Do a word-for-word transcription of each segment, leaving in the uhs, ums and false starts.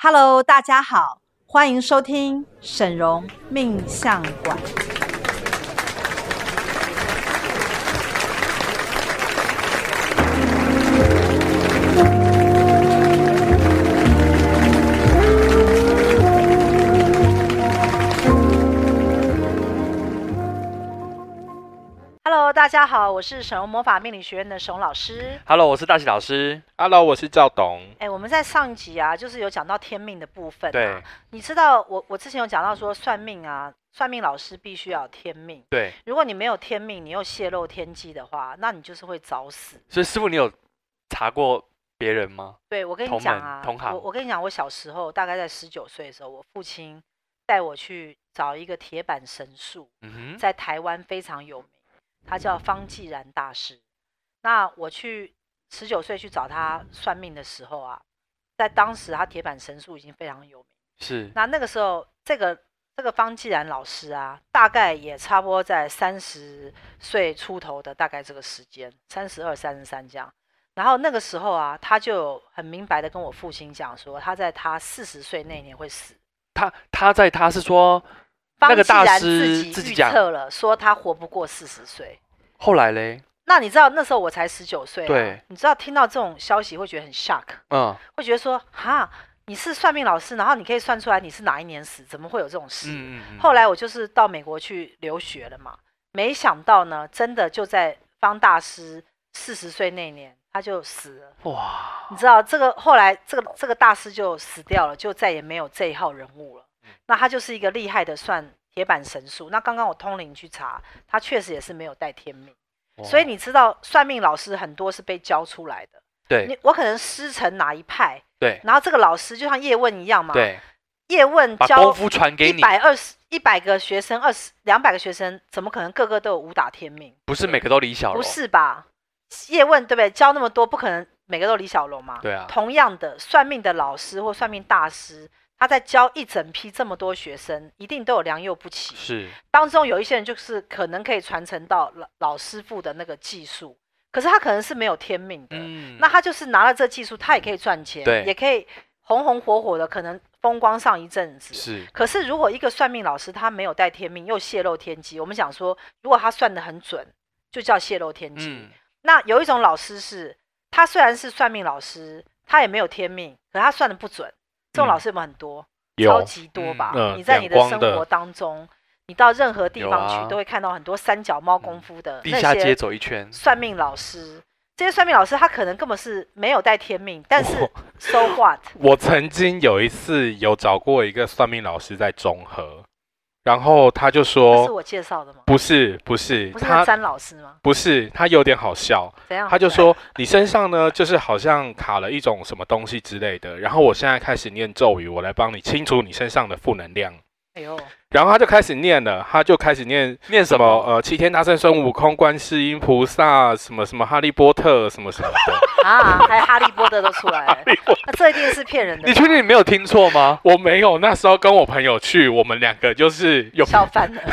Hello， 大家好，欢迎收听沈荣命相馆。Hello， 大家好，我是沈荣魔法命理学院的沈荣老师。 Hello， 我是大喜老师。 Hello， 我是赵董。 哎，我们在上一集啊，就是有讲到天命的部分、啊。 对， 你知道我我之前有讲到说算命啊，算命老师必须要有天命。 对， 如果你没有天命，你又泄露天机的话，那你就是会早死。 所以师傅，你有查过别人吗？ 对，我跟你讲啊， 同行。 我我跟你讲，我小时候大概在十九岁的时候，我父亲带我去找一个铁板神术， 嗯、 在台湾非常有名。他叫方济然大师。那我去十九岁去找他算命的时候啊，在当时他铁板神术已经非常有名。 是。 那那个时候，这个这个方济然老师啊，大概也差不多在三十岁出头的大概这个时间，三十二、三十三这样。然后那个时候啊，他就很明白的跟我父亲讲说，他在他四十岁那年会死。 他他在他是说。那个大师自己预测了，说他活不过四十岁。 后来嘞？ 那你知道那时候我才十九岁， 对， 你知道听到这种消息会觉得很 shock， 嗯， 会觉得说哈，你是算命老师，然后你可以算出来你是哪一年死，怎么会有这种事？嗯嗯嗯。后来我就是到美国去留学了嘛，没想到呢，真的就在方大师四十岁那年他就死了。哇！你知道这个后来这个这个大师就死掉了，就再也没有这一号人物了。那他就是一个厉害的算铁板神术。那刚刚我通灵去查，他确实也是没有带天命。所以你知道算命老师很多是被教出来的。 对， 你我可能师承哪一派？ 对。 然后这个老师就像叶问一样嘛。 对。 叶问教把功夫传给你， 一百二十一百个学生，二十两百个学生，怎么可能个个都有武打天命？ 不是每个都李小龙。 不是吧？叶问对不对？教那么多，不可能每个都李小龙嘛。 对啊。 同样的，算命的老师或算命大师。他在教一整批这么多学生，一定都有良莠不齐。 是， 当中有一些人就是可能可以传承到 老, 老师傅的那个技术，可是他可能是没有天命的。嗯，那他就是拿了这技术，他也可以赚钱， 对， 也可以红红火火的，可能风光上一阵子。 是， 可是如果一个算命老师他没有带天命，又泄露天机，我们讲说，如果他算得很准，就叫泄露天机。嗯，那有一种老师是，他虽然是算命老师，他也没有天命，可是他算得不准。这种老师有没有很多？嗯、超级多吧、嗯、你在你的生活当中，你到任何地方去、啊、都会看到很多三脚猫功夫的地下街走一圈算命老师。这些算命老师他可能根本是没有带天命，但是 so what？ 我曾经有一次有找过一个算命老师在中和，然后他就说， 是我介绍的吗？ 不是，不是， 不是那詹老师吗？ 不是，他有点好笑。 怎样？ 他就说你身上呢，就是好像卡了一种什么东西之类的。然后我现在开始念咒语，我来帮你清除你身上的负能量。 哎呦！ 然后他就开始念了，他就开始念念什么？ 呃，齐天大圣孙悟空、观世音菩萨，什么什么哈利波特，什么什么的啊，还哈利波特都出来了。那这一定是骗人的。 你确定你没有听错吗？ 我没有，那时候跟我朋友去，我们两个就是有笑翻了。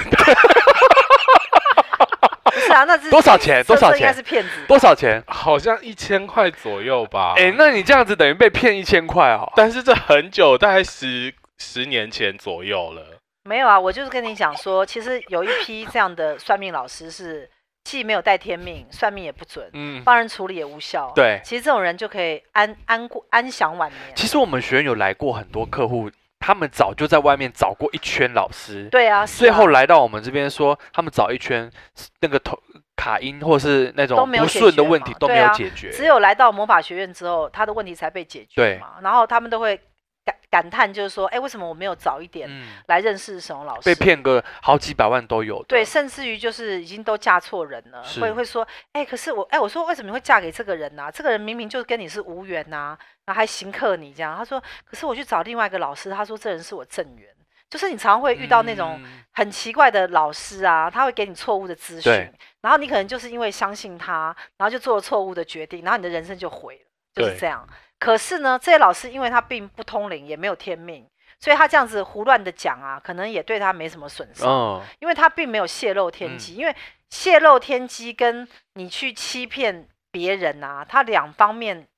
不是啊，那多少钱？多少钱？ 应该是骗子。 多少钱？ 好像一千块左右吧。 哎，那你这样子等于被骗一千块哦。 但是这很久，大概十十年前左右了。 没有啊，我就是跟你讲说，其实有一批这样的算命老师是既没有带天命，算命也不准，嗯，帮人处理也无效。 对， 其实这种人就可以安安过安享晚年。 其实我们学院有来过很多客户。他们早就在外面找过一圈老师， 对啊， 最后来到我们这边说，他们找一圈那个头卡音或是那种不顺的问题都没有解决， 啊、只有来到魔法学院之后，他的问题才被解决嘛。然后他们都会感感叹，就是说，哎，为什么我没有早一点来认识沈荣老师？ 被骗个好几百万都有的。 对，甚至于就是已经都嫁错人了，会会说，哎，可是我，哎，我说为什么你会嫁给这个人呢、啊？这个人明明就跟你是无缘呐、啊。然后还刑克你这样，他说，可是我去找另外一个老师，他说这人是我正缘，就是你常常会遇到那种很奇怪的老师啊，他会给你错误的资讯，然后你可能就是因为相信他，然后就做了错误的决定，然后你的人生就毁了，就是这样。可是呢，这些老师因为他并不通灵，也没有天命，所以他这样子胡乱的讲啊，可能也对他没什么损伤，哦、因为他并没有泄露天机，嗯、因为泄露天机跟你去欺骗别人啊，他两方面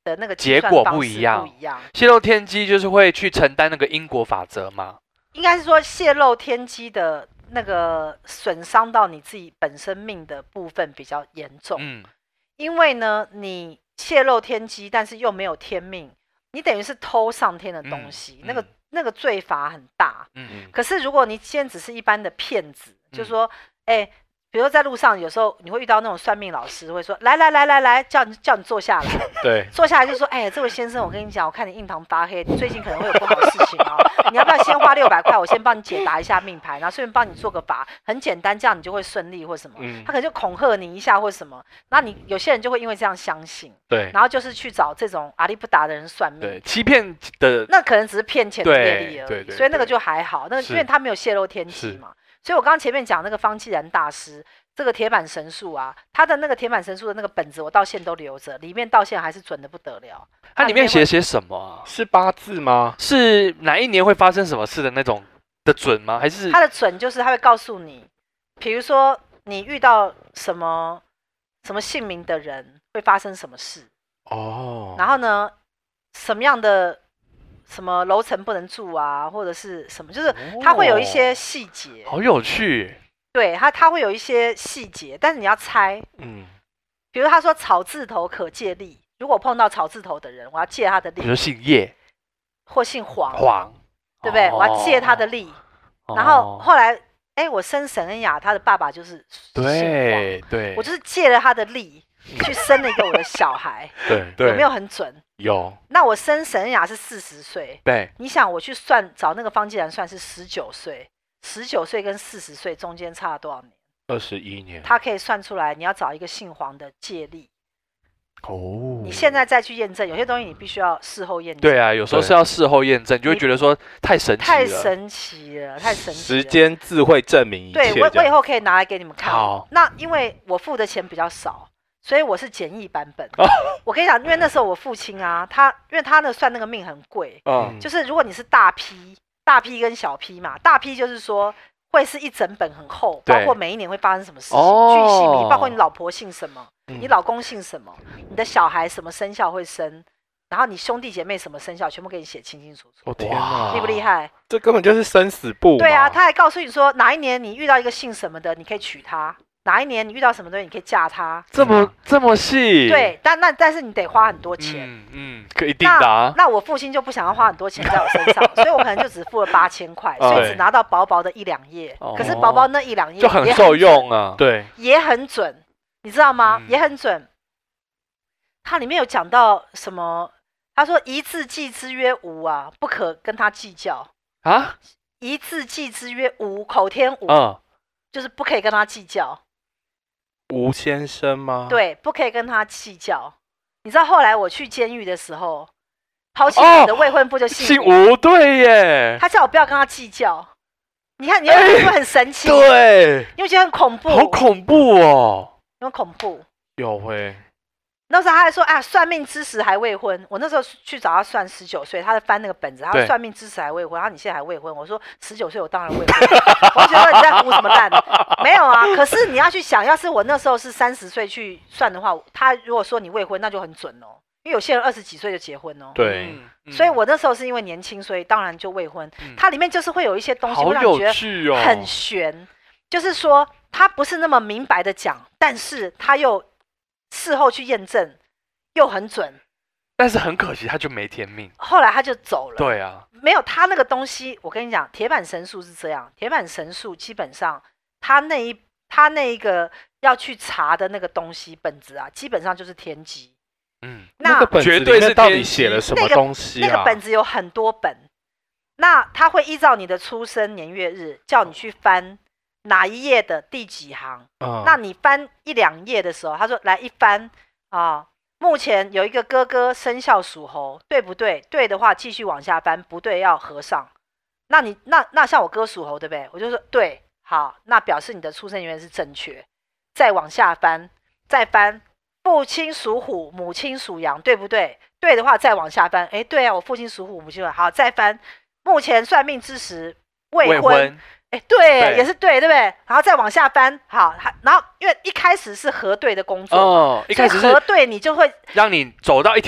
的那个结果不一样。泄露天机就是会去承担那个因果法则嘛？ 应该是说泄露天机的那个损伤到你自己本身命的部分比较严重。嗯，因为呢，你泄露天机，但是又没有天命，你等于是偷上天的东西，嗯、那个、嗯、那个罪罚很大。嗯嗯。可是如果你今天只是一般的骗子，嗯、就是说，哎、欸。比如说在路上，有时候你会遇到那种算命老师，会说来来来来来，叫你叫你坐下来。 对， 坐下来就说，哎、欸，这位先生，我跟你讲，我看你印堂发黑，你最近可能会有不好的事情哦。你要不要先花六百块，我先帮你解答一下命盘，然后顺便帮你做个法，很简单，这样你就会顺利或什么。嗯、他可能就恐吓你一下或什么，那你有些人就会因为这样相信， 对， 然后就是去找这种阿里不达的人算命， 对，欺骗的， 那可能只是骗钱的业力而已，对对对对，所以那个就还好，那个因为他没有泄露天机嘛。所以我刚刚前面讲那个方济然大师。这个铁板神术啊，他的那个铁板神术的那个本子，我到现在都留着，里面到现在还是准的不得了。 它里面写写什么、啊？ 是八字吗？ 是哪一年会发生什么事的那种的准吗？还是它的准就是他会告诉你，比如说你遇到什么什么姓名的人会发生什么事哦，然后呢，什么样的什么楼层不能住啊，或者是什么，就是它会有一些细节、 哦，好有趣。 对他，他会有一些细节，但是你要猜。嗯，比如他说草字头可借力，如果碰到草字头的人，我要借他的力。 比如姓叶或姓黄， 黄， 对不对？哦、我要借他的力。哦、然后后来，哎，我生沈恩雅，他的爸爸就是对对， 我就是借了他的力去生了一个我的小孩。 对对， 有没有很准？ 有。 那我生沈恩雅是四十岁， 对， 你想我去算找那个方济然算是十九岁。十九岁跟四十岁中间差了多少年？ 二十一年。 他可以算出来，你要找一个姓黄的借力。 哦。 你现在再去验证，有些东西你必须要事后验证。 对啊，有时候是要事后验证，就会觉得说太神奇了。 太神奇了，太神奇了。 时间自会证明一切。 对，我我以后可以拿来给你们看。好。那因为我付的钱比较少，所以我是简易版本。哦、我跟你讲，因为那时候我父亲啊，他因为他那算那个命很贵，嗯，就是如果你是大批。大批跟小批嘛，大批就是说会是一整本很厚，包括每一年会发生什么事情，巨细靡，包括你老婆姓什么，嗯、你老公姓什么，你的小孩什么生肖会生，然后你兄弟姐妹什么生肖，全部给你写清清楚楚。 我、哦、天哪， 厉不厉害？ 这根本就是生死簿。 对啊，他还告诉你说哪一年你遇到一个姓什么的，你可以娶她。哪一年你遇到什么东西，你可以嫁他， 这么、嗯、这么细？ 对，但那但是你得花很多钱。 嗯嗯，可以定的、啊。 那我父亲就不想要花很多钱在我身上，所以我可能就只付了八千块，所以只拿到薄薄的一两页。哦、可是薄薄那一两页就很受用啊， 对， 也很准，你知道吗？嗯、也很准。它里面有讲到什么？他说一字记之曰无啊，不可跟他计较啊。一字记之曰无，口天无，嗯、就是不可以跟他计较。 吴先生吗？ 对，不可以跟他计较。你知道后来我去监狱的时候，抛弃我的未婚夫就姓吴， 姓吴，对耶。 他叫我不要跟他计较。你看，你有没有很神奇？ 对， 你有觉得很恐怖？ 好恐怖哦！ 有恐怖？ 有会。 那时候他还说：“啊，算命之时还未婚。”我那时候去找他算十九岁，他在翻那个本子，他说算命之时还未婚。他说：“你现在还未婚？”我说：“十九岁，我当然未婚。”我觉得你在胡什么烂？没有啊。可是你要去想，要是我那时候是三十岁去算的话，他如果说你未婚，那就很准哦。因为有些人二十几岁就结婚哦。 对。 嗯、所以我那时候是因为年轻，所以当然就未婚。嗯、它里面就是会有一些东西，会让你觉得很悬，哦、就是说他不是那么明白的讲，但是他又。事后去验证，又很准， 但是很可惜，他就没天命。 后来他就走了。 对啊， 没有他那个东西，我跟你讲，铁板神术是这样。铁板神术基本上，他那一他那一个要去查的那个东西本子啊，基本上就是天机。 嗯，那个本子里面到底写了什么东西啊？ 那个本子有很多本，那他会依照你的出生年月日，叫你去翻。哪一页的第几行？嗯、那你翻一两页的时候，他说来一翻啊，目前有一个哥哥生肖属猴，对不对？对的话继续往下翻，不对要合上。那你那那像我哥属猴，对不对？我就说对，好，那表示你的出生年月是正确。再往下翻，再翻，父亲属虎，母亲属羊，对不对？对的话再往下翻，哎，对啊，我父亲属虎，母亲属羊，好，再翻，目前算命之时未婚。未婚哎，对，对也是对，对不对？然后再往下翻，好，然后因为一开始是核对的工作，哦，一开始是核对，你就会让你走到一条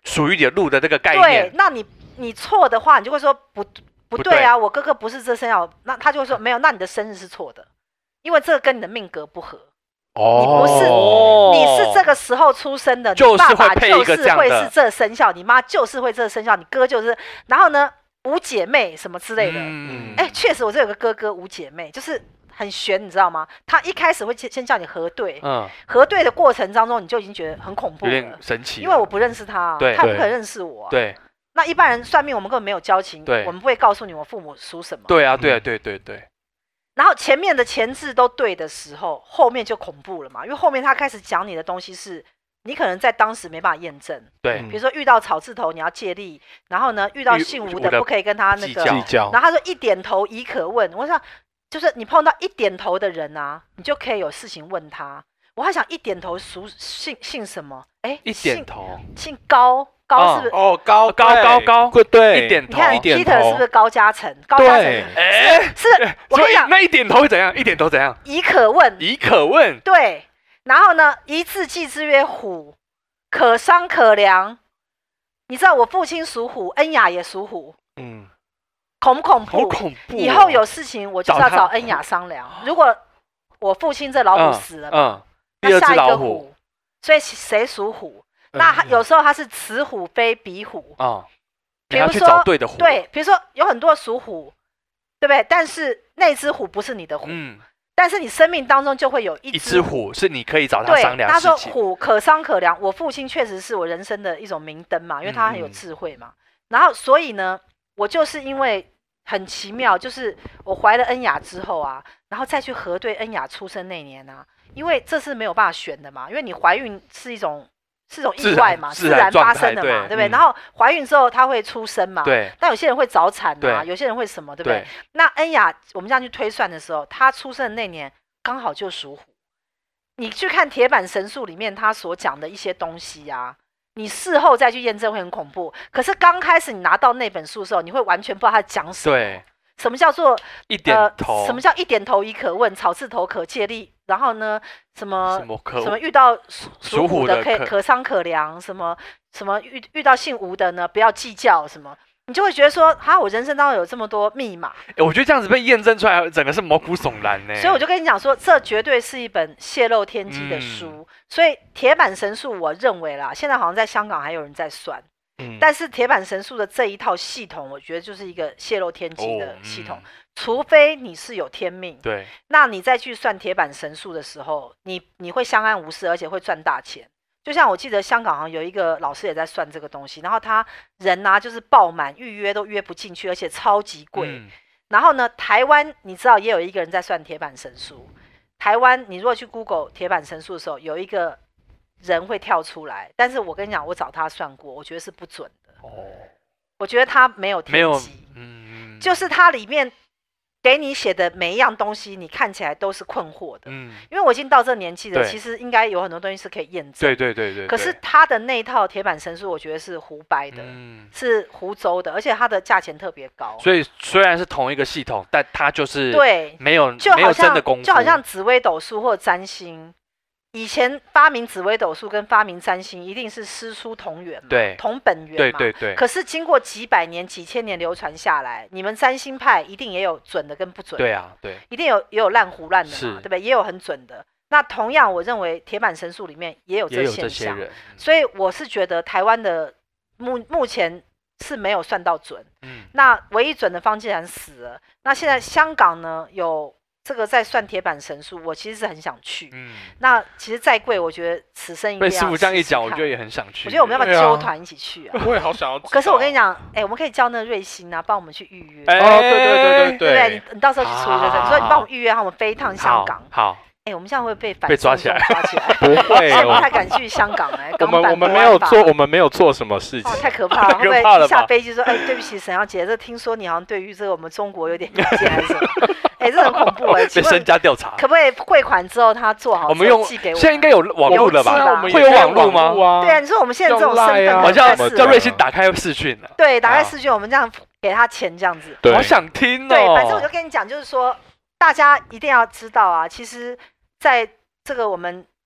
属于你的路的这个概念。 对，那你你错的话，你就会说不不对啊，我哥哥不是这生肖，那他就会说没有，那你的生日是错的，因为这个跟你的命格不合。哦，你不是，你是这个时候出生的， 你爸爸就是会是这生肖，你妈就是会这生肖，你哥就是，然后呢，无姐妹什么之类的。嗯，哎，确实我这有个哥哥无姐妹，就是很悬，你知道吗？他一开始会先叫你核对，嗯，核对的过程当中，你就已经觉得很恐怖了， 有点神奇， 因为我不认识他， 对， 他也不可能认识我， 对。 那一般人算命，我们根本没有交情， 对， 我们不会告诉你我父母属什么。 对啊，对啊，对对对。 然后前面的前置都对的时候，后面就恐怖了嘛，因为后面他开始讲你的东西是你可能在当时没办法验证。 对， 比如说遇到草字头你要借力，然后呢遇到姓吴的不可以跟他那个计较。 然后他说一点头已可问，我想就是你碰到一点头的人啊，你就可以有事情问他。我还想一点头属姓姓什么？哎， 一点头姓高。高是不是？ 哦，高高高高，对，一点头。 你看 Peter 是不是高嘉诚？高嘉诚，哎，是。我跟你讲， 那一点头会怎样？一点头怎样？ 已可问， 已可问。 对，然后呢，一字记之曰虎，可商可量。你知道我父亲属虎，恩雅也属虎，嗯，恐不恐怖？ 好恐怖！ 以后有事情我就要找恩雅商量。如果我父亲这老虎死了，嗯，那下一个虎，所以谁属虎？那有时候它是此虎非彼虎啊， 比如说对的虎， 对，比如说有很多属虎，对不对？但是那只虎不是你的虎，嗯，但是你生命当中就会有一只虎是你可以找他商量事情。 他说虎可商可量，我父亲确实是我人生的一种明灯嘛，因为他很有智慧嘛。然后所以呢，我就是因为很奇妙，就是我怀了恩雅之后啊，然后再去核对恩雅出生那年啊，因为这是没有办法选的嘛，因为你怀孕是一种。是种意外嘛，自然发生的嘛，对不对？然后怀孕之后她会出生嘛， 对。 但有些人会早产啊，有些人会什么，对不对？那恩雅，我们这样去推算的时候，她出生的那年刚好就属虎。你去看铁板神术里面他所讲的一些东西啊，你事后再去验证会很恐怖。可是刚开始你拿到那本书的时候，你会完全不知道他讲什么。 对。 什么叫做一点头、 呃？什么叫一点头已可问？草字头可借力。然后呢？什么什么可什么遇到属虎的可以可商可量？什么什么遇遇到姓吴的呢？不要计较什么，你就会觉得说，哈，我人生当中有这么多密码。 欸、我觉得这样子被验证出来，整个是毛骨悚然呢。 所以我就跟你讲说，这绝对是一本泄露天机的书。嗯、所以铁板神术，我认为啦，现在好像在香港还有人在算。嗯、但是铁板神术的这一套系统，我觉得就是一个泄露天机的系统。哦嗯除非你是有天命， 对， 那你再去算铁板神术的时候，你你会相安无事，而且会赚大钱。就像我记得香港好像有一个老师也在算这个东西，然后他人啊就是爆满，预约都约不进去，而且超级贵。嗯、然后呢，台湾你知道也有一个人在算铁板神术。台湾你如果去 Google 铁板神术的时候，有一个人会跳出来，但是我跟你讲，我找他算过，我觉得是不准的。哦，我觉得他没有天机，嗯，就是他里面。给你写的每一样东西，你看起来都是困惑的。嗯，因为我已经到这年纪了，其实应该有很多东西是可以验证。 对对对 对, 对。 可是他的那一套铁板神术，我觉得是胡掰的，嗯、是胡诌的，而且它的价钱特别高。 所以虽然是同一个系统，但它就是对没有就没有真的功夫， 就好像紫微斗数或占星。以前发明紫微斗数跟发明占星一定是师出同源嘛， 对， 同本源嘛， 对对对。 可是经过几百年、几千年流传下来，你们占星派一定也有准的跟不准的， 对啊，对， 一定有也有烂胡烂的嘛，对不对？也有很准的。那同样，我认为铁板神术里面也有这现象，所以我是觉得台湾的目目前是没有算到准，嗯，那唯一准的方既然死了，那现在香港呢有。这个在算铁板神术，我其实是很想去。嗯，那其实再贵，我觉得此生一定要试试看。 被师傅这样一讲，我觉得也很想去。 我觉得我们要不要揪团一起去啊？ 我也好想要。 可是我跟你讲，哎、欸，我们可以叫那个瑞星啊，帮我们去预约。 哦、欸，对对对对对， 对不对？你你到时候去处理这个，所以你帮我们预约，我们飞一趟香港。 好。 哎、欸，我们现在会被反被抓起来？ 抓起来？ 不会， 我不太敢去香港哎、欸。 我们我们没有做，我们没有做什么事情。 哦，太可怕了！会不会一下飞机说，哎、欸，对不起，沈小姐，这听说你好像对于这个我们中国有点意见还是什么？哎、欸，这很恐怖哎、欸！ 被身家调查， 可不可以汇款之后他做好？ 我们用寄给我们。 现在应该有网络了吧？会有网络吗？ 对啊，你说我们现在这种身份， 好像叫瑞星打开视讯了。 对，打开视讯，我们这样给他钱这样子。 好想听哦。 对，反正我就跟你讲，就是说大家一定要知道啊，其实在这个我们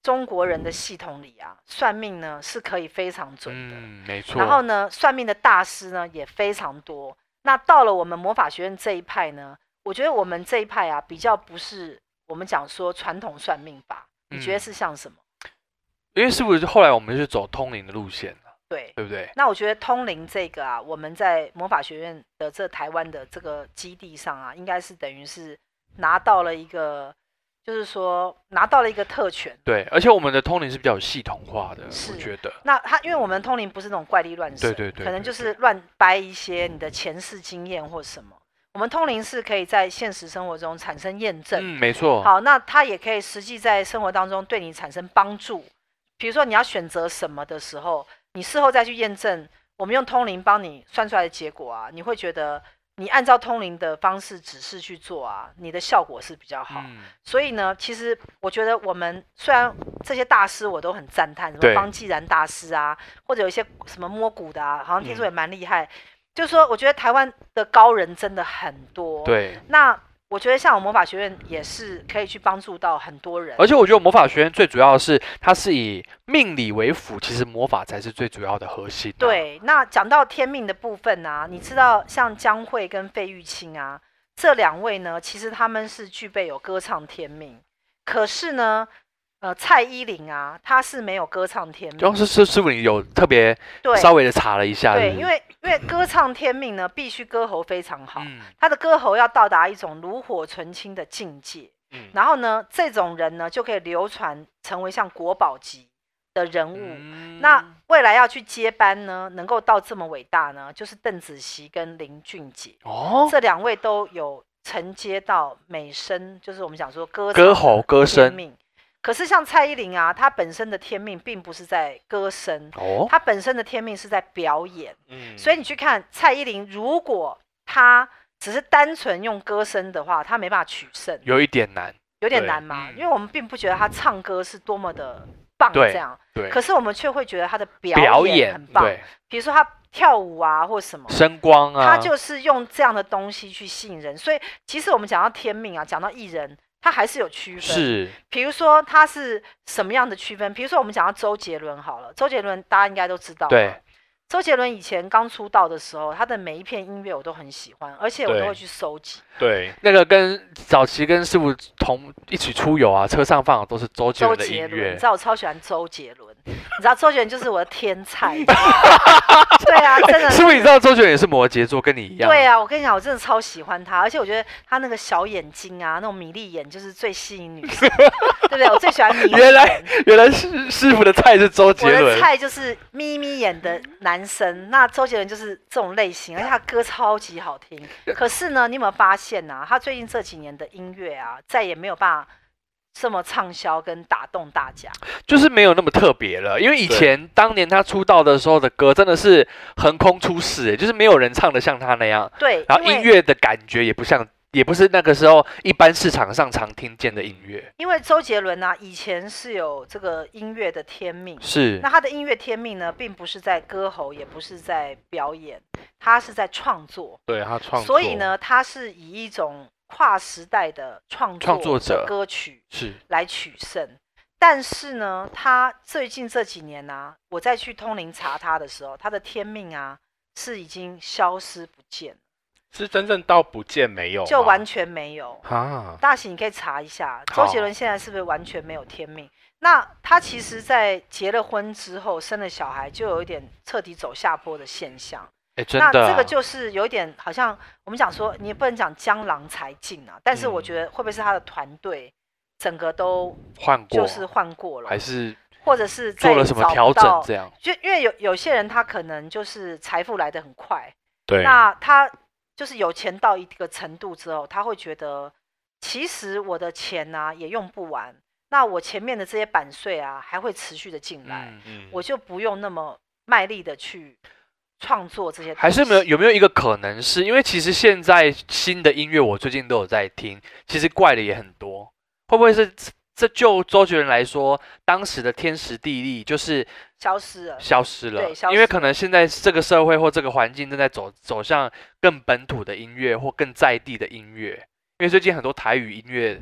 中国人的系统里啊，算命呢是可以非常准的， 嗯，没错。 然后呢，算命的大师呢也非常多。那到了我们魔法学院这一派呢，我觉得我们这一派啊，比较不是我们讲说传统算命法，你觉得是像什么？ 嗯、因为是不是后来我们是走通灵的路线了？ 对， 对不对？ 那我觉得通灵这个啊，我们在魔法学院的这台湾的这个基地上啊，应该是等于是拿到了一个。就是说拿到了一个特权， 对，而且我们的通灵是比较有系统化的，我觉得。 那他因为我们通灵不是那种怪力乱神， 对对 对, 对， 可能就是乱掰一些你的前世经验或什么。我们通灵是可以在现实生活中产生验证， 嗯，没错。 好，那它也可以实际在生活当中对你产生帮助。比如说你要选择什么的时候，你事后再去验证，我们用通灵帮你算出来的结果啊，你会觉得。你按照通灵的方式指示去做啊，你的效果是比较好。嗯、所以呢，其实我觉得我们虽然这些大师我都很赞叹，什么方济然大师啊，或者有一些什么摸骨的啊，好像听说也蛮厉害。嗯、就是说，我觉得台湾的高人真的很多。 对。 那我觉得像我魔法学院也是可以去帮助到很多人。 而且我觉得魔法学院最主要的是，它是以命理为辅，其实魔法才是最主要的核心、啊。 对，那讲到天命的部分啊，你知道像江蕙跟费玉清啊，这两位呢，其实他们是具备有歌唱天命，可是呢，呃，蔡依林啊，她是没有歌唱天命。 就是师师傅，你有特别稍微的查了一下是不是？ 对，因为因为歌唱天命呢，必须歌喉非常好， 嗯、 他的歌喉要到达一种炉火纯青的境界。嗯、然后呢，这种人呢，就可以流传成为像国宝级的人物。嗯、那未来要去接班呢，能够到这么伟大呢，就是邓紫棋跟林俊杰。 哦， 这两位都有承接到美声，就是我们讲说歌歌喉歌声。 可是像蔡依林啊，她本身的天命并不是在歌声， 哦， 她本身的天命是在表演。 嗯， 所以你去看蔡依林，如果她只是单纯用歌声的话，她没办法取胜， 有一点难， 有点难嘛，因为我们并不觉得她唱歌是多么的棒这样， 对， 可是我们却会觉得她的表演很棒， 对， 比如说她跳舞啊或什么声光啊， 她就是用这样的东西去吸引人。所以其实我们讲到天命啊，讲到艺人。他还是有区分， 是， 比如说他是什么样的区分？比如说我们讲到周杰伦好了，周杰伦大家应该都知道， 对， 周杰伦以前刚出道的时候，他的每一片音乐我都很喜欢，而且我都会去收集。 对， 那个跟早期跟师傅同一起出游啊，车上放的都是周杰伦的音乐。 你知道我超喜欢周杰伦，你知道周杰伦就是我的天才。对啊，真的。 师傅，你知道周杰伦也是摩羯座，跟你一样。 对啊，我跟你讲，我真的超喜欢他，而且我觉得他那个小眼睛啊，那种米粒眼就是最吸引女生，对不对？我最喜欢米粒眼。 原来原来师师傅的菜是周杰伦， 我的菜就是眯眯眼的男生。那周杰伦就是这种类型，而且他歌超级好听。可是呢，你有没有发现啊？他最近这几年的音乐啊，再也没有办法这么畅销跟打动大家， 就是没有那么特别了。因为以前当年他出道的时候的歌真的是横空出世，就是没有人唱得像他那样。 对， 然后音乐的感觉也不像。也不是那个时候一般市场上常听见的音乐， 因为周杰伦啊，以前是有这个音乐的天命， 是那他的音乐天命呢，并不是在歌喉，也不是在表演，他是在创作。 对，他创作， 所以呢，他是以一种跨时代的创创作者歌曲是来取胜。但是呢，他最近这几年啊，我再去通灵查他的时候，他的天命啊是已经消失不见了。 是真正到不见没有， 就完全没有啊！ 大喜，你可以查一下，周杰伦现在是不是完全没有天命？那他其实，在结了婚之后，生了小孩，就有一点彻底走下坡的现象。 哎，真的， 那这个就是有一点，好像我们讲说，你也不能讲江郎才尽啊，但是我觉得会不会是他的团队整个都换过， 就是换过了， 还是或者是做了什么调整？这样， 就因为有有些人他可能就是财富来得很快， 对， 那他。就是有钱到一个程度之后，他会觉得，其实我的钱啊也用不完，那我前面的这些版税啊还会持续的进来，嗯嗯、我就不用那么卖力的去创作这些东西。 还是没有有没有一个可能是，因为其实现在新的音乐我最近都有在听，其实怪的也很多，会不会是这就周杰伦来说，当时的天时地利就是消失了， 消失了， 对，消失了， 因为可能现在这个社会或这个环境正在走走向更本土的音乐或更在地的音乐，因为最近很多台语音乐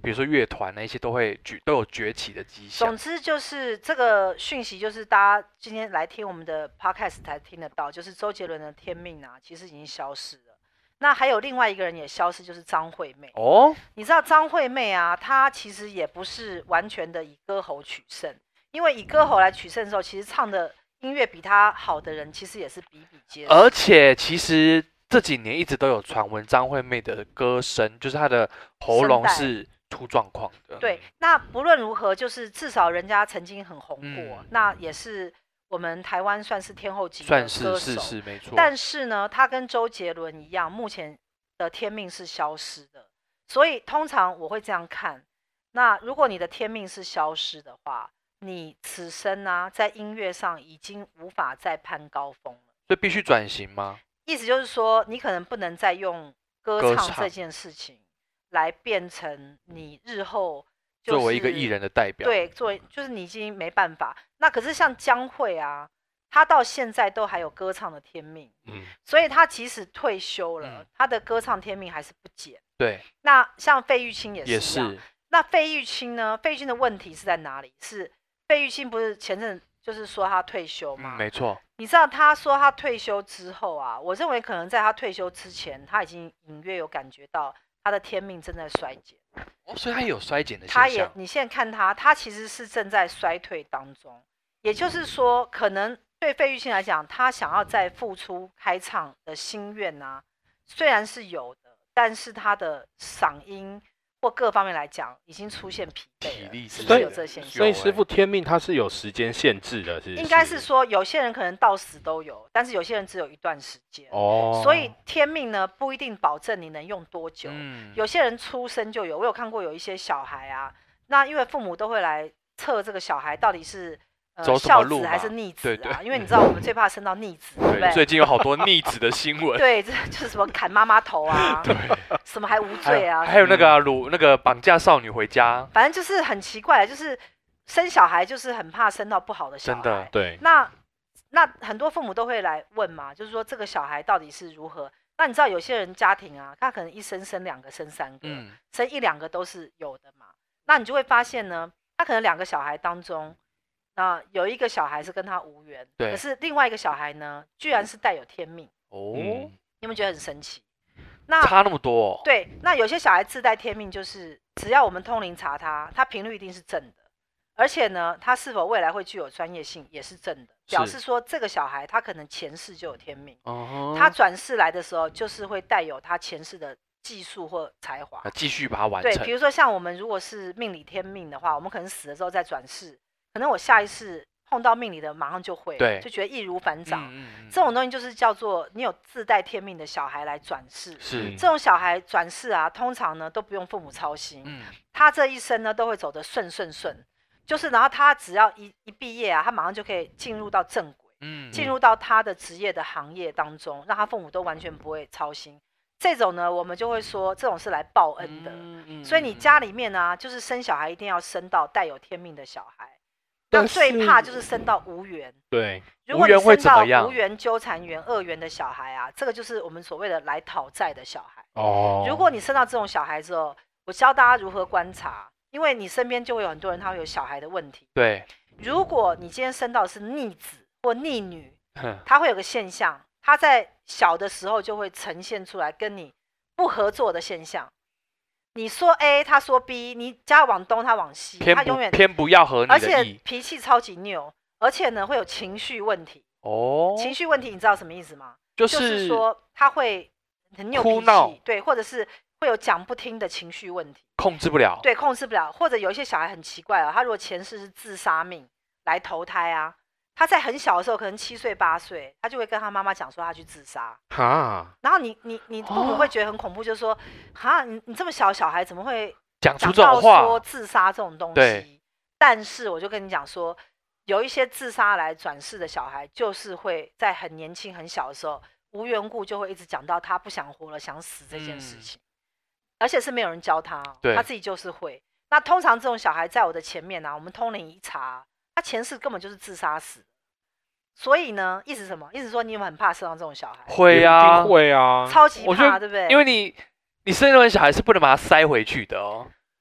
比如说乐团那些都会崛都有崛起的迹象。 总之就是这个讯息，就是大家今天来听我们的 podcast 才听得到，就是周杰伦的天命啊，其实已经消失了。那还有另外一个人也消失，就是张惠妹。 哦， 你知道张惠妹啊，她其实也不是完全的以歌喉取胜，因为以歌喉来取胜的时候，其实唱的音乐比她好的人其实也是比比皆是。 而且其实这几年一直都有传闻张惠妹的歌声，就是她的喉咙是出状况的。 对，那不论如何，就是至少人家曾经很红过， 嗯、 那也是我们台湾算是天后级的歌手。 算是是是没错。 但是呢，他跟周杰伦一样，目前的天命是消失的。所以通常我会这样看，那如果你的天命是消失的话，你此生啊在音乐上已经无法再攀高峰了。 所以必须转型吗？ 意思就是说，你可能不能再用歌唱这件事情来变成你日后、就是、 作为一个艺人的代表。 对，作为就是你已经没办法。那可是像江蕙啊，她到现在都还有歌唱的天命，嗯，所以她即使退休了，嗯、她的歌唱天命还是不减。 对。 那像费玉清也是一样。 也是。 那费玉清呢？费玉清的问题是在哪里？是费玉清不是前阵就是说他退休吗？ 嗯、没错。 你知道他说他退休之后啊，我认为可能在他退休之前，他已经隐约有感觉到他的天命正在衰减。 哦，所以他也有衰减的现象。 他也，你现在看他，他其实是正在衰退当中。也就是说，可能对费玉清来讲，他想要再复出开唱的心愿啊，虽然是有的，但是他的嗓音或各方面来讲，已经出现疲惫了，体力是有这现象。 所以师傅天命它是有时间限制的，是不是？ 应该是说，有些人可能到死都有，但是有些人只有一段时间。 哦。 所以天命呢，不一定保证你能用多久。嗯。有些人出生就有，我有看过有一些小孩啊，那因为父母都会来测这个小孩到底是。呃、孝子还是逆子啊？ 对对， 因为你知道我们最怕生到逆子，对不对？ 最近有好多逆子的新闻。 对，这就是什么砍妈妈头啊，对，什么还无罪啊， 还有, 还有那个掳、啊、那个绑架少女回家， 反正就是很奇怪，就是生小孩就是很怕生到不好的小孩。 真的， 对。 那那很多父母都会来问嘛，就是说这个小孩到底是如何？那你知道有些人家庭啊，他可能一生生两个、生三个，嗯、生一两个都是有的嘛。那你就会发现呢，他可能两个小孩当中。那有一个小孩是跟他无缘，可是另外一个小孩呢，居然是带有天命哦，你有没有觉得很神奇？那差那么多、哦？ 对，那有些小孩自带天命，就是只要我们通灵查他，他频率一定是正的，而且呢，他是否未来会具有专业性也是正的，表示说这个小孩他可能前世就有天命，哦、他转世来的时候就是会带有他前世的技术或才华， 继续把它完成。 对，比如说像我们如果是命理天命的话，我们可能死了之后再转世。可能我下一次碰到命理的，马上就会， 对， 就觉得易如反掌。 嗯嗯嗯、 这种东西就是叫做你有自带天命的小孩来转世。 是， 这种小孩转世啊，通常呢都不用父母操心，嗯、他这一生呢都会走得顺顺顺。就是然后他只要一一毕业啊，他马上就可以进入到正轨，嗯，进入到他的职业的行业当中，让他父母都完全不会操心。这种呢，我们就会说这种是来报恩的。嗯嗯、所以你家里面啊，就是生小孩一定要生到带有天命的小孩。那最怕就是生到无缘， 对， 如果你生到无缘纠缠缘、恶缘的小孩啊，这个就是我们所谓的来讨债的小孩。哦，如果你生到这种小孩之后，我教大家如何观察，因为你身边就会有很多人他会有小孩的问题。 对， 如果你今天生到的是逆子或逆女，他会有个现象，他在小的时候就会呈现出来跟你不合作的现象。你说 A， 他说 B， 你家往东，他往西，他永远偏不要和你的意， 而且脾气超级拗，而且呢会有情绪问题。哦，情绪问题你知道什么意思吗？ 就是、 就是说他会很拗脾气，对，或者是会有讲不听的情绪问题， 控制不了。 对，控制不了。或者有一些小孩很奇怪啊，他如果前世是自杀命来投胎啊。他在很小的时候，可能七岁八岁，他就会跟他妈妈讲说他去自杀。哈，然后你你你父母会觉得很恐怖，就是说，哈，你你这么小的小孩怎么会讲出这种话？ 说自杀这种东西。但是我就跟你讲说，有一些自杀来转世的小孩，就是会在很年轻很小的时候，无缘故就会一直讲到他不想活了、想死这件事情，嗯、而且是没有人教他，他自己就是会。那通常这种小孩在我的前面啊，我们通灵一查。他前世根本就是自杀死，所以呢，意思什么？意思说你有没有很怕生到这种小孩？ 会啊， 会啊， 超级怕，对不对？ 因为你你生那种小孩是不能把他塞回去的哦。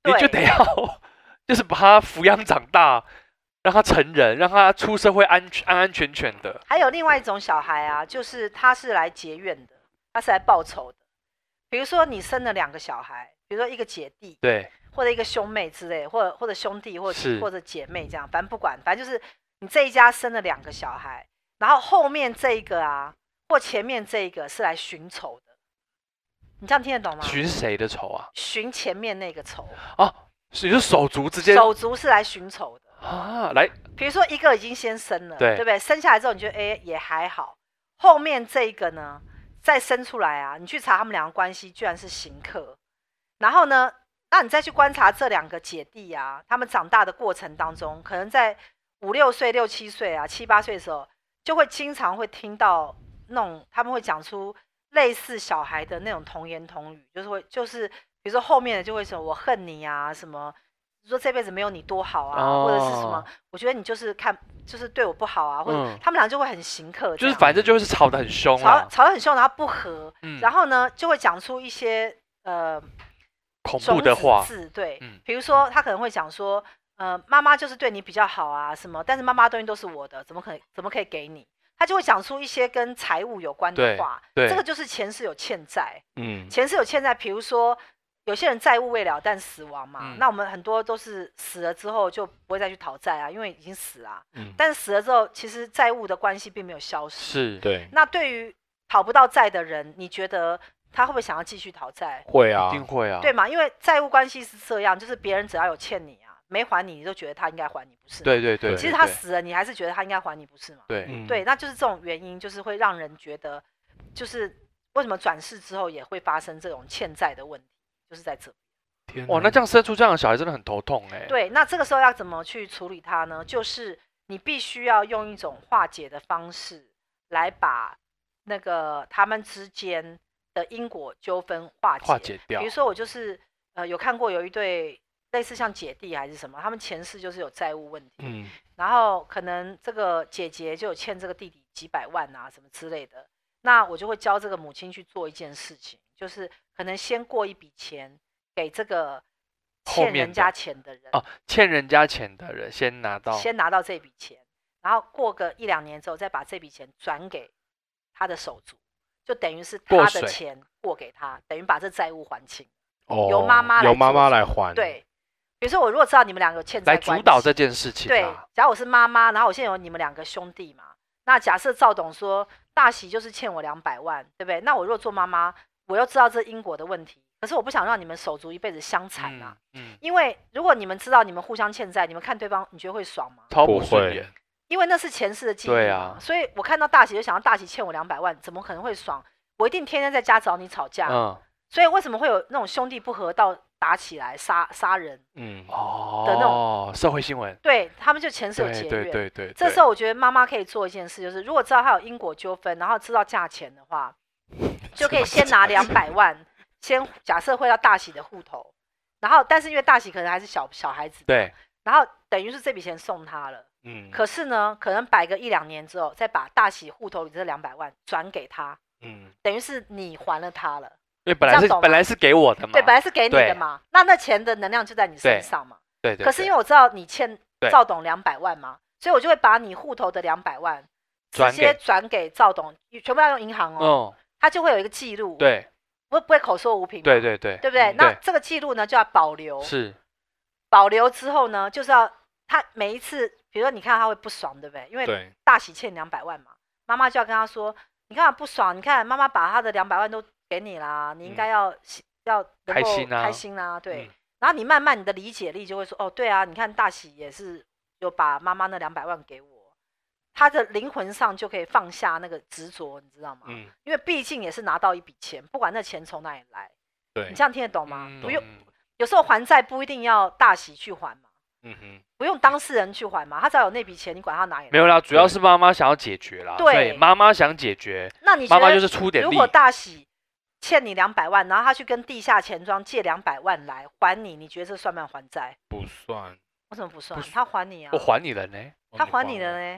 你就得要就是把他抚养长大，让他成人，让他出社会安安安全全的。 还有另外一种小孩啊，就是他是来结怨的，他是来报仇的。比如说你生了两个小孩，比如说一个姐弟， 对， 或者一个兄妹之类，或者或者兄弟，或者或者姐妹这样，反正不管，反正就是你这一家生了两个小孩，然后后面这一个啊，或前面这一个是来寻仇的。你这样听得懂吗？ 寻谁的仇啊？ 寻前面那个仇哦，你是手足之间， 手足是来寻仇的啊。来， 比如说一个已经先生了， 对， 对不对？生下来之后你觉得哎也还好，后面这一个呢再生出来啊，你去查他们两个关系，居然是刑克。然后呢，那你再去观察这两个姐弟啊，他们长大的过程当中，可能在五六岁、六七岁啊、七八岁的时候，就会经常会听到那种他们会讲出类似小孩的那种童言童语，就是会就是比如说后面的就会说我恨你啊，什么说这辈子没有你多好啊，哦、或者是什么我觉得你就是看就是对我不好啊，或者、嗯、他们俩就会很刑克， 就是反正就是吵得很凶啊， 吵吵得很凶，然后不和、嗯，然后呢就会讲出一些呃恐怖的话， 对，嗯、比如说他可能会讲说，呃，妈妈就是对你比较好啊，什么，但是妈妈的东西都是我的，怎么可以怎么可以给你？他就会讲出一些跟财务有关的话，这个就是前世有欠债，嗯，前世有欠债，比如说有些人债务未了但死亡嘛，嗯、那我们很多都是死了之后就不会再去讨债啊，因为已经死了、啊，嗯，但是死了之后，其实债务的关系并没有消失， 是，对。 那对于讨不到债的人，你觉得？他会不会想要继续讨债？ 会啊， 一定会啊， 对嘛？因为债务关系是这样，就是别人只要有欠你啊，没还你，你就觉得他应该还你，不是吗？ 对对对。 其实他死了，你还是觉得他应该还你，不是吗？ 对、 嗯、对，那就是这种原因，就是会让人觉得，就是为什么转世之后也会发生这种欠债的问题，就是在这边。哇，那这样生出这样的小孩真的很头痛哎、欸。 对，那这个时候要怎么去处理它呢？就是你必须要用一种化解的方式来把那个他们之间的因果纠纷化解， 化解掉。 比如说我就是呃有看过有一对类似像姐弟还是什么，他们前世就是有债务问题，嗯，然后可能这个姐姐就有欠这个弟弟几百万啊什么之类的，那我就会教这个母亲去做一件事情，就是可能先过一笔钱给这个欠人家钱的人的哦，欠人家钱的人先拿到， 先拿到这笔钱，然后过个一两年之后再把这笔钱转给他的手足。就等于是他的钱过给他，等于把这债务还清，哦、由妈妈来由妈妈来还。 对，比如说我如果知道你们两个有欠债来主导这件事情、啊。 对，假如我是妈妈，然后我现在有你们两个兄弟嘛，那假设赵董说大喜就是欠我两百万，对不对？那我如果做妈妈，我又知道这因果的问题，可是我不想让你们手足一辈子相残啊。嗯嗯、因为如果你们知道你们互相欠债，你们看对方，你觉得会爽吗？ 超不顺眼。 因为那是前世的记忆嘛， 对啊， 所以我看到大喜就想到大喜欠我两百万，怎么可能会爽？我一定天天在家找你吵架。嗯，所以为什么会有那种兄弟不和到打起来杀杀人？嗯，哦的那种社会新闻， 对他们就前世有结怨。 对对对 对, 對。 这时候我觉得妈妈可以做一件事，就是如果知道他有因果纠纷，然后知道价钱的话，就可以先拿两百万，先假设汇到大喜的户头，然后但是因为大喜可能还是小小孩子， 对， 然后等于是这笔钱送他了。嗯，可是呢，可能摆个一两年之后，再把大喜户头里这两百万转给他，嗯，等于是你还了他了， 因为本来是本来是给我的嘛， 对，本来是给你的嘛，那那钱的能量就在你身上嘛， 对 对, 對, 對。 可是因为我知道你欠赵董两百万嘛，所以我就会把你户头的两百万直接转给赵董，全部要用银行哦，他、嗯、就会有一个记录， 对， 不不会口说无凭， 对对对， 对不对？那这个记录呢就要保留， 是保留之后呢，就是要他每一次。比如说，你看他会不爽，对不对？因为大喜欠两百万嘛，妈妈就要跟他说：“你看不爽，你看妈妈把他的两百万都给你啦，你应该要、嗯、要能够开心啊， 开心啊，对。嗯”然后你慢慢你的理解力就会说：“哦，对啊，你看大喜也是有把妈妈那两百万给我，他的灵魂上就可以放下那个执着，你知道吗？嗯、因为毕竟也是拿到一笔钱，不管那钱从哪里来， 对， 你这样听得懂吗？嗯、不用，有时候还债不一定要大喜去还嘛。”嗯哼，不用当事人去还嘛，他只要有那笔钱，你管他哪里来？ 没有啦，主要是妈妈想要解决啦。对，妈妈想解决。 那你妈妈就是出点力。 如果大喜欠你两百万，然后他去跟地下钱庄借两百万来还你，你觉得这算不算还债？ 不算。 为什么不算？他还你啊。 我还你了呢。 他还你了呢。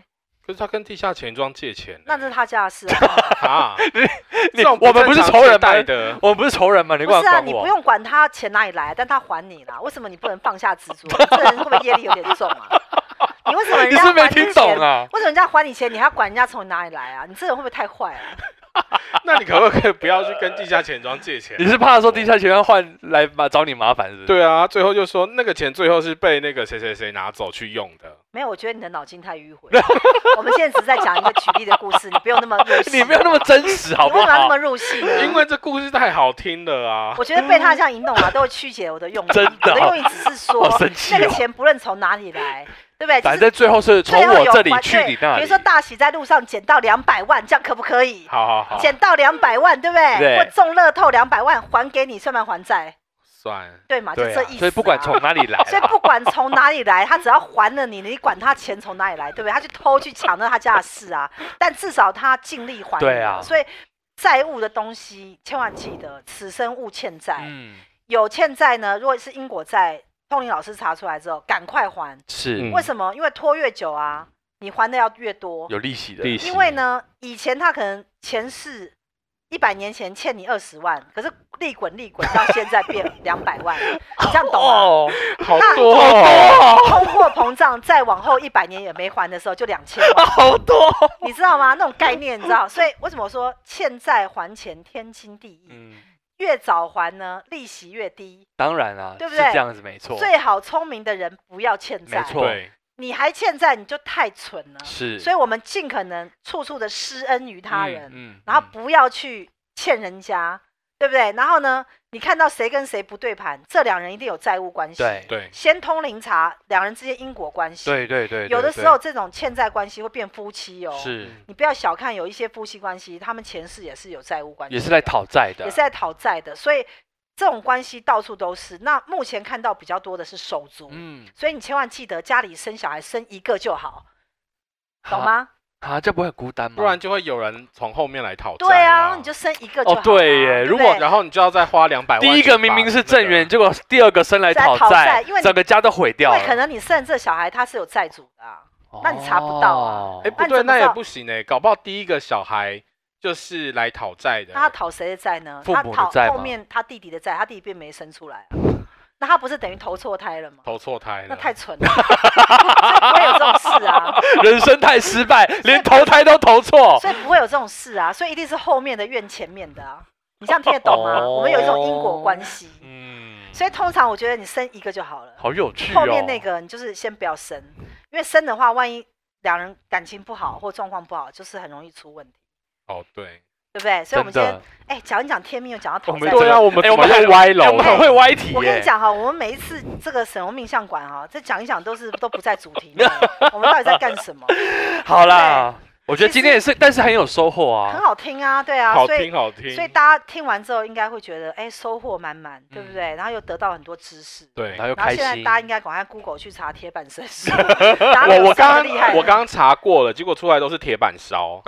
可是他跟地下钱庄借钱， 那这是他家的事啊。啊你我们不是仇人吗？我们不是仇人吗？你不是啊，你不用管他钱哪里来，但他还你啦。为什么你不能放下执着？你这人会不会业力有点重啊？你为什么人家还你钱？ 你是没听懂啊？ 为什么人家还你钱，你还要管人家从哪里来啊？你这人会不会太坏啊？ 那你可不可以不要去跟地下钱庄借钱？ 你是怕说地下钱庄换来找你麻烦是不是？ 对啊，最后就说那个钱最后是被那个谁谁谁拿走去用的。 没有，我觉得你的脑筋太迂回。我们现在只是在讲一个举例的故事，你不用那么入戏。 你不要那么真实，好不好？ 你为什么要那么入戏呢？ 因为这故事太好听了啊！ 我觉得被他这样引动啊，都会曲解我的用意。 真的、哦， 我的用意只是说， 哦、 那个钱不论从哪里来。对不对？ 反正最后是从我这里去你那里。 比如说大喜在路上捡到两百万，这样可不可以？ 好好好。 捡到两百万，对不对？ 对。 或中乐透两百万还给你，算不算还债？ 算。 对嘛？就这意思、啊。 所以不管从哪里来， 所以不管从哪里来，他只要还了你，你管他钱从哪里来，对不对？他去偷去抢那他家的事啊，但至少他尽力还你。 对啊。 所以债务的东西，千万记得，此生勿欠债。 嗯。 有欠债呢，如果是因果债。通灵老师查出来之后，赶快还。 是、 嗯、为什么？因为拖越久啊，你还的要越多， 有利息的。 利息。 因为呢，以前他可能前世一百年前欠你二十万，可是利滚利滚到现在变两百万，你这样懂吗？ 哦，好多、 哦， 那通货膨胀再往后一百年也没还的时候，就两千万， 好多， 你知道吗？那种概念，你知道？所以为什么我说欠债还钱天经地义？嗯。越早还呢，利息越低。 当然啊， 对不对？ 是这样子没错。 最好聪明的人不要欠债。 没错。 你还欠债，你就太蠢了。 是。 所以我们尽可能处处的施恩于他人， 嗯嗯、 然后不要去欠人家，对不对？然后呢，你看到谁跟谁不对盘，这两人一定有债务关系。 对对。 先通灵查两人之间因果关系。 对对 对, 对。 有的时候这种欠债关系会变夫妻哦。 是。 你不要小看有一些夫妻关系，他们前世也是有债务关系， 也是在讨债的， 也是在讨债的，所以。这种关系到处都是，那目前看到比较多的是手足，嗯，所以你千万记得家里生小孩生一个就好，懂吗？ 啊，这不会很孤单吗？ 不然就会有人从后面来讨债。 对啊，你就生一个就好。 哦，对耶，如果然后你就要再花两百万。 第一个明明是正缘，结果第二个生来讨债，因为整个家都毁掉了。 因为可能你生这小孩他是有债主的啊，那你查不到啊。 哎，不对，那也不行哎，搞不好第一个小孩。就是来讨债的， 那他讨谁的债呢？ 父母的债吗？ 他讨后面他弟弟的债，他弟弟并没生出来啊，那他不是等于投错胎了吗？ 投错胎了， 那太蠢了，不会有这种事啊！ 人生太失败，连投胎都投错， 所以不会有这种事啊！所以一定是后面的怨前面的啊！你这样听得懂吗？我们有一种因果关系，嗯，所以通常我觉得你生一个就好了， 好有趣哦。后面那个你就是先不要生，因为生的话，万一两人感情不好或状况不好，就是很容易出问题。 哦，对， 对不对？所以我们今天哎讲一讲天命，又讲到讨债。 对啊，我们哎，我们很歪楼，我们很会歪题。 我跟你讲哈，我们每一次这个沈荣命相馆哈，这讲一讲都是都不在主题内，我们到底在干什么？ 好啦，我觉得今天也是，但是很有收获啊， 很好听啊，对啊， 好听好听。 所以大家听完之后应该会觉得哎收获满满，对不对？然后又得到很多知识， 对， 然后又开心。 然后现在大家应该赶快 Google 去查铁板神术。我我刚刚我刚刚查过了，结果出来都是铁板烧。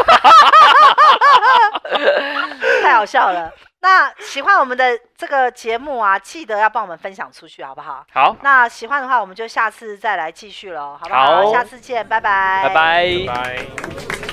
太好笑了！那喜欢我们的这个节目啊，记得要帮我们分享出去，好不好？ 好。 那喜欢的话，我们就下次再来继续了，好不好？好，下次见，拜拜。 拜拜。 拜拜。